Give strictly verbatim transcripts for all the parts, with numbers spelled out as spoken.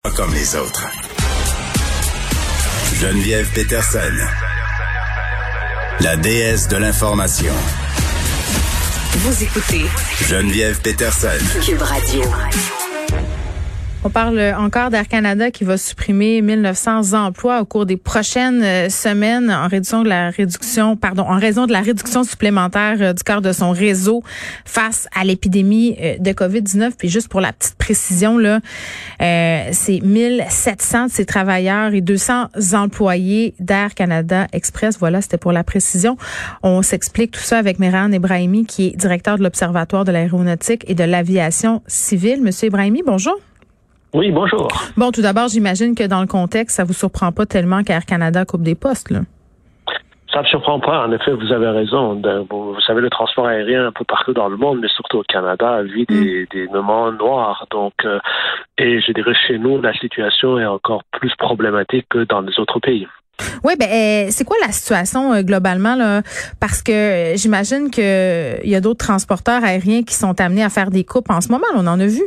Pas comme les autres. Geneviève Peterson, la déesse de l'information. Vous écoutez Geneviève Peterson, Cube Radio. On parle encore d'Air Canada qui va supprimer mille neuf cents emplois au cours des prochaines semaines en réduction de la réduction, pardon, en raison de la réduction supplémentaire du quart de son réseau face à l'épidémie de covid dix-neuf. Puis juste pour la petite précision, là, euh, c'est mille sept cents de ces travailleurs et deux cents employés d'Air Canada Express. Voilà, c'était pour la précision. On s'explique tout ça avec Mehran Ebrahimi, qui est directeur de l'Observatoire de l'aéronautique et de l'aviation civile. Monsieur Ebrahimi, bonjour. Oui, bonjour. Bon, tout d'abord, j'imagine que dans le contexte, ça vous surprend pas tellement qu'Air Canada coupe des postes, là. Ça ne surprend pas. En effet, vous avez raison. De, vous savez, le transport aérien un peu partout dans le monde, mais surtout au Canada, vit des, des moments noirs. Donc, euh, et je dirais chez nous, la situation est encore plus problématique que dans les autres pays. Oui, ben euh, c'est quoi la situation euh, globalement là? Parce que euh, j'imagine que il y a d'autres transporteurs aériens qui sont amenés à faire des coupes en ce moment. Là, on en a vu.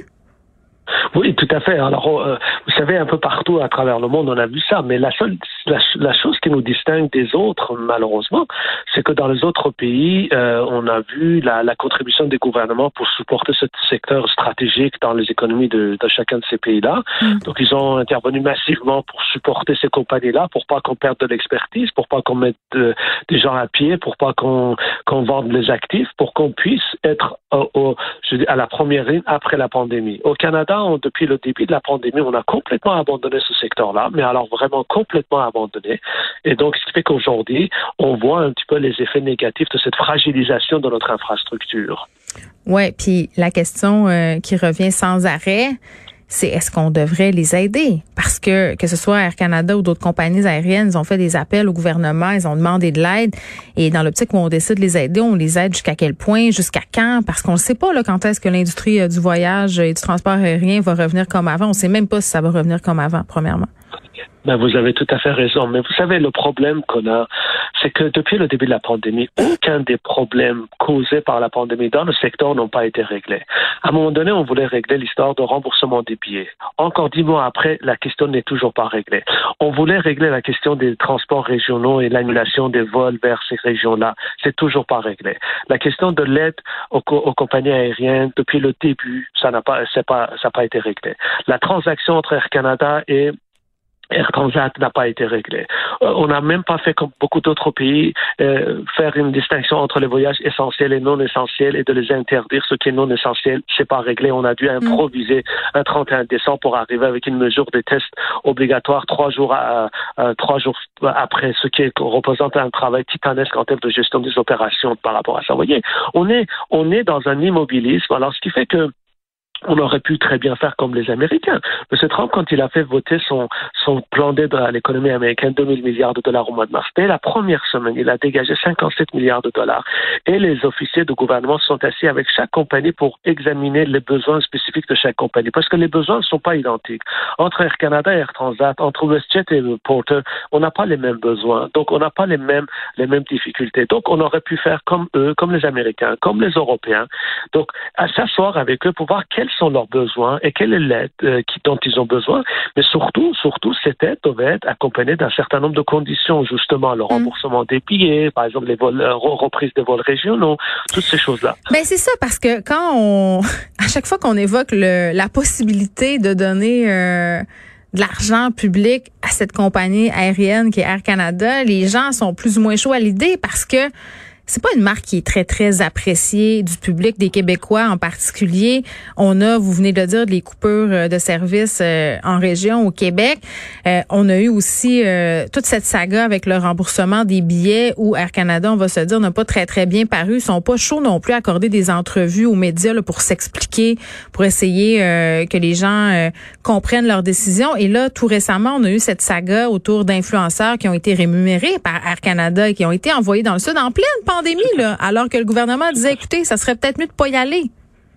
Oui, tout à fait. Alors, euh, vous savez, un peu partout à travers le monde, on a vu ça. Mais la seule, la, la chose qui nous distingue des autres, malheureusement, c'est que dans les autres pays, euh, on a vu la, la contribution des gouvernements pour supporter ce secteur stratégique dans les économies de, de chacun de ces pays-là. Mmh. Donc, ils ont intervenu massivement pour supporter ces compagnies-là, pour pas qu'on perde de l'expertise, pour pas qu'on mette euh, des gens à pied, pour pas qu'on, qu'on vende les actifs, pour qu'on puisse être euh, au, je dis, à la première ligne après la pandémie. Au Canada, on, depuis le début de la pandémie, on a complètement abandonné ce secteur-là, mais alors vraiment complètement abandonné. Et donc, ce qui fait qu'aujourd'hui, on voit un petit peu les effets négatifs de cette fragilisation de notre infrastructure. Ouais, puis la question euh, qui revient sans arrêt, c'est est-ce qu'on devrait les aider? Parce que, que ce soit Air Canada ou d'autres compagnies aériennes, ils ont fait des appels au gouvernement, ils ont demandé de l'aide. Et dans l'optique où on décide de les aider, on les aide jusqu'à quel point, jusqu'à quand? Parce qu'on ne sait pas là quand est-ce que l'industrie euh, du voyage et du transport aérien va revenir comme avant. On ne sait même pas si ça va revenir comme avant, premièrement. Ben, vous avez tout à fait raison. Mais vous savez, le problème qu'on a, c'est que depuis le début de la pandémie, aucun des problèmes causés par la pandémie dans le secteur n'ont pas été réglés. À un moment donné, on voulait régler l'histoire de remboursement des billets. Encore dix mois après, la question n'est toujours pas réglée. On voulait régler la question des transports régionaux et l'annulation des vols vers ces régions-là. C'est toujours pas réglé. La question de l'aide aux, co- aux compagnies aériennes, depuis le début, ça n'a pas, c'est pas, ça n'a pas été réglé. La transaction entre Air Canada et Air Transat n'a pas été réglé. Euh, on n'a même pas fait comme beaucoup d'autres pays euh, faire une distinction entre les voyages essentiels et non essentiels et de les interdire. Ce qui est non essentiel, c'est pas réglé. On a dû improviser mmh. un trente et un décembre pour arriver avec une mesure de tests obligatoire trois jours à, à trois jours après, ce qui est, représente un travail titanesque en termes de gestion des opérations par rapport à ça. Vous voyez, on est on est dans un immobilisme. Alors, ce qui fait que on aurait pu très bien faire comme les Américains. M. Trump, quand il a fait voter son, son plan d'aide à l'économie américaine, deux mille milliards de dollars au mois de mars, dès la première semaine, il a dégagé cinquante-sept milliards de dollars. Et les officiers de gouvernement sont assis avec chaque compagnie pour examiner les besoins spécifiques de chaque compagnie. Parce que les besoins ne sont pas identiques. Entre Air Canada et Air Transat, entre WestJet et Porter, on n'a pas les mêmes besoins. Donc, on n'a pas les mêmes, les mêmes difficultés. Donc, on aurait pu faire comme eux, comme les Américains, comme les Européens. Donc, à s'asseoir avec eux pour voir quels sont leurs besoins et quelle est l'aide euh, qui, dont ils ont besoin. Mais surtout, surtout, cette aide devait être accompagnée d'un certain nombre de conditions, justement, le remboursement mmh. des billets, par exemple, les vols, euh, reprises des vols régionaux, toutes ces choses-là. Ben c'est ça, parce que quand on, à chaque fois qu'on évoque le, la possibilité de donner euh, de l'argent public à cette compagnie aérienne qui est Air Canada, les gens sont plus ou moins chauds à l'idée parce que c'est pas une marque qui est très, très appréciée du public, des Québécois en particulier. On a, vous venez de dire, les coupures de services euh, en région au Québec. Euh, on a eu aussi euh, toute cette saga avec le remboursement des billets où Air Canada, on va se dire, n'a pas très, très bien paru. Ils sont pas chauds non plus à accorder des entrevues aux médias là, pour s'expliquer, pour essayer euh, que les gens euh, comprennent leurs décisions. Et là, tout récemment, on a eu cette saga autour d'influenceurs qui ont été rémunérés par Air Canada et qui ont été envoyés dans le Sud en pleine pandémie, là, alors que le gouvernement disait, écoutez, ça serait peut-être mieux de pas y aller.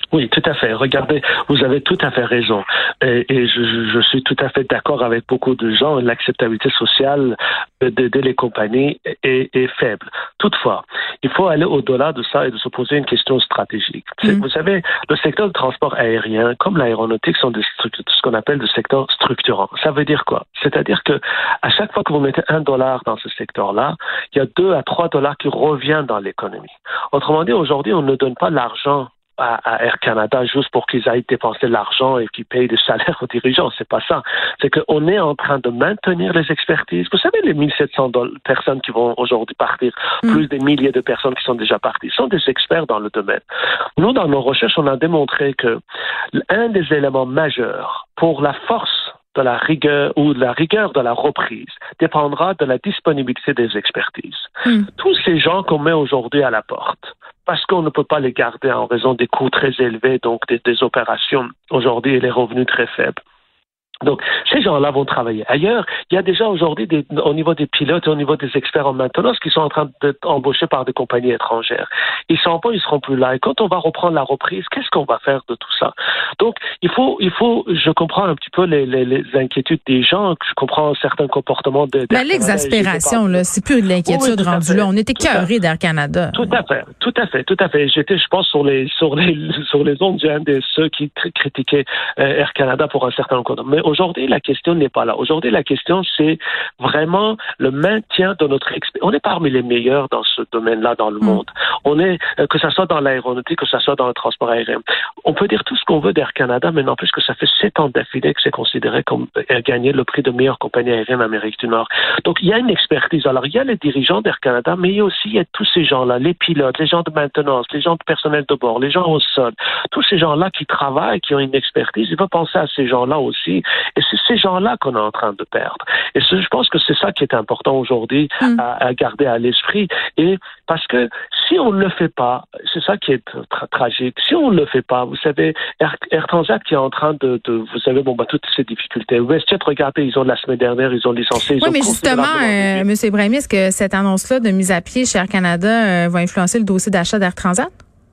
Oui, tout à fait. Regardez, vous avez tout à fait raison. Et, et je, je suis tout à fait d'accord avec beaucoup de gens. L'acceptabilité sociale d'aider les compagnies est, est faible. Toutefois, il faut aller au-delà de ça et de se poser une question stratégique. Mmh. Vous savez, le secteur du transport aérien, comme l'aéronautique, sont des ce qu'on appelle des secteurs structurants. Ça veut dire quoi? C'est-à-dire que à chaque fois que vous mettez un dollar dans ce secteur-là, il y a deux à trois dollars qui reviennent dans l'économie. Autrement dit, aujourd'hui, on ne donne pas l'argent à Air Canada juste pour qu'ils aillent dépenser l'argent et qu'ils payent des salaires aux dirigeants. C'est pas ça. C'est qu'on est en train de maintenir les expertises. Vous savez, les mille sept cents personnes qui vont aujourd'hui partir, mm. plus des milliers de personnes qui sont déjà parties, sont des experts dans le domaine. Nous, dans nos recherches, on a démontré que un des éléments majeurs pour la force de la rigueur ou de la rigueur de la reprise dépendra de la disponibilité des expertises. Mm. Tous ces gens qu'on met aujourd'hui à la porte, parce qu'on ne peut pas les garder en raison des coûts très élevés, donc des, des opérations aujourd'hui et les revenus très faibles. Donc, ces gens-là vont travailler ailleurs. Il y a déjà aujourd'hui, des, au niveau des pilotes et au niveau des experts en maintenance, qui sont en train d'être embauchés par des compagnies étrangères. Ils sont pas, ils seront plus là. Et quand on va reprendre la reprise, qu'est-ce qu'on va faire de tout ça? Donc, il faut, il faut, je comprends un petit peu les, les, les inquiétudes des gens. Je comprends certains comportements de. Mais l'exaspération, là, c'est plus de l'inquiétude oui, rendue là. On était écœurés d'Air Canada. Tout à fait, tout à fait, tout à fait. J'étais, je pense, sur les, sur les, sur les ondes du un de ceux qui critiquaient euh, Air Canada pour un certain nombre. Mais aujourd'hui, la question n'est pas là. Aujourd'hui, la question, c'est vraiment le maintien de notre expérience. On est parmi les meilleurs dans ce domaine-là dans le mmh. monde. On est, euh, que ça soit dans l'aéronautique, que ça soit dans le transport aérien. On peut dire tout ce qu'on veut d'Air Canada, mais n'empêche que ça fait sept ans d'affilée que c'est considéré comme euh, gagner le prix de meilleure compagnie aérienne d'Amérique du Nord. Donc, il y a une expertise. Alors, il y a les dirigeants d'Air Canada, mais il y a aussi il y a tous ces gens-là, les pilotes, les gens de maintenance, les gens de personnel de bord, les gens au sol. Tous ces gens-là qui travaillent, qui ont une expertise, il faut penser à ces gens-là aussi. Et c'est ces gens-là qu'on est en train de perdre. Et ce, je pense que c'est ça qui est important aujourd'hui mmh. à, à garder à l'esprit. Et parce que si on ne le fait pas, c'est ça qui est tra- tragique. Si on ne le fait pas, vous savez, Air, Air Transat qui est en train de, de vous savez, bon, bah, toutes ces difficultés. WestJet, regardez, ils ont la semaine dernière, ils ont licencié. Ils oui, ont mais justement, euh, M. Brahimi, est-ce que cette annonce-là de mise à pied chez Air Canada euh, va influencer le dossier d'achat d'Air Transat?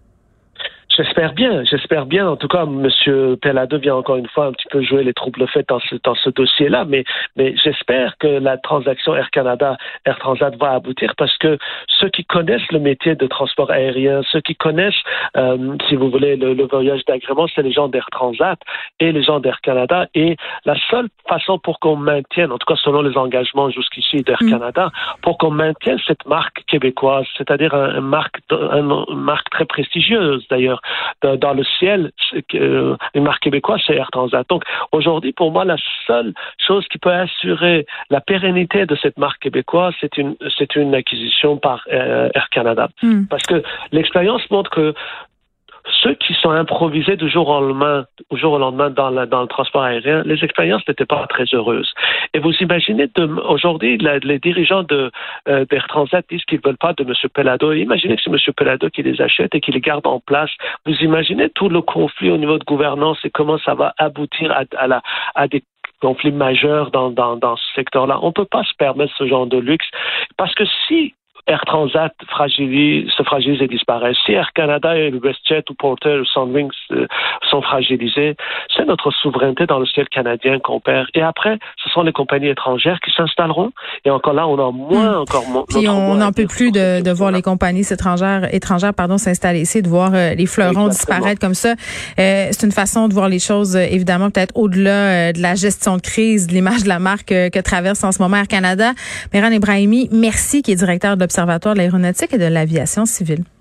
J'espère bien, j'espère bien. En tout cas, M. Pellado vient encore une fois un petit peu jouer les troubles faits dans ce, dans ce dossier-là, mais, mais j'espère que la transaction Air Canada, Air Transat va aboutir parce que ceux qui connaissent le métier de transport aérien, ceux qui connaissent, euh, si vous voulez, le, le voyage d'agrément, c'est les gens d'Air Transat et les gens d'Air Canada. Et la seule façon pour qu'on maintienne, en tout cas selon les engagements jusqu'ici d'Air mmh. Canada, pour qu'on maintienne cette marque québécoise, c'est-à-dire une marque, une marque très prestigieuse d'ailleurs, dans le ciel, une marque québécoise, c'est Air Transat. Donc, aujourd'hui, pour moi, la seule chose qui peut assurer la pérennité de cette marque québécoise, c'est une, c'est une acquisition par euh, Air Canada. Mm. Parce que l'expérience montre que ceux qui sont improvisés du jour au lendemain, du jour au lendemain dans, la, dans le transport aérien, les expériences n'étaient pas très heureuses. Et vous imaginez, de, aujourd'hui, la, les dirigeants de, euh, d'Air Transat disent qu'ils ne veulent pas de M. Pellado. Imaginez que c'est M. Pellado qui les achète et qui les garde en place. Vous imaginez tout le conflit au niveau de gouvernance et comment ça va aboutir à, à, la, à des conflits majeurs dans, dans, dans ce secteur-là. On ne peut pas se permettre ce genre de luxe. Parce que si Air Transat fragilise, se fragilise et disparaît. Si Air Canada et le WestJet ou Porter ou Sunwings euh, sont fragilisés, c'est notre souveraineté dans le ciel canadien qu'on perd. Et après, ce sont les compagnies étrangères qui s'installeront. Et encore là, on a moins, mmh. encore moins. Puis on n'en peut plus de, de voir les compagnies étrangères, étrangères pardon, s'installer ici, de voir euh, les fleurons Exactement. disparaître comme ça. Euh, c'est une façon de voir les choses, euh, évidemment, peut-être au-delà euh, de la gestion de crise, de l'image de la marque euh, que traverse en ce moment Air Canada. Mehran Ebrahimi, merci, qui est directeur de l'Observatoire de l'aéronautique et de l'aviation civile.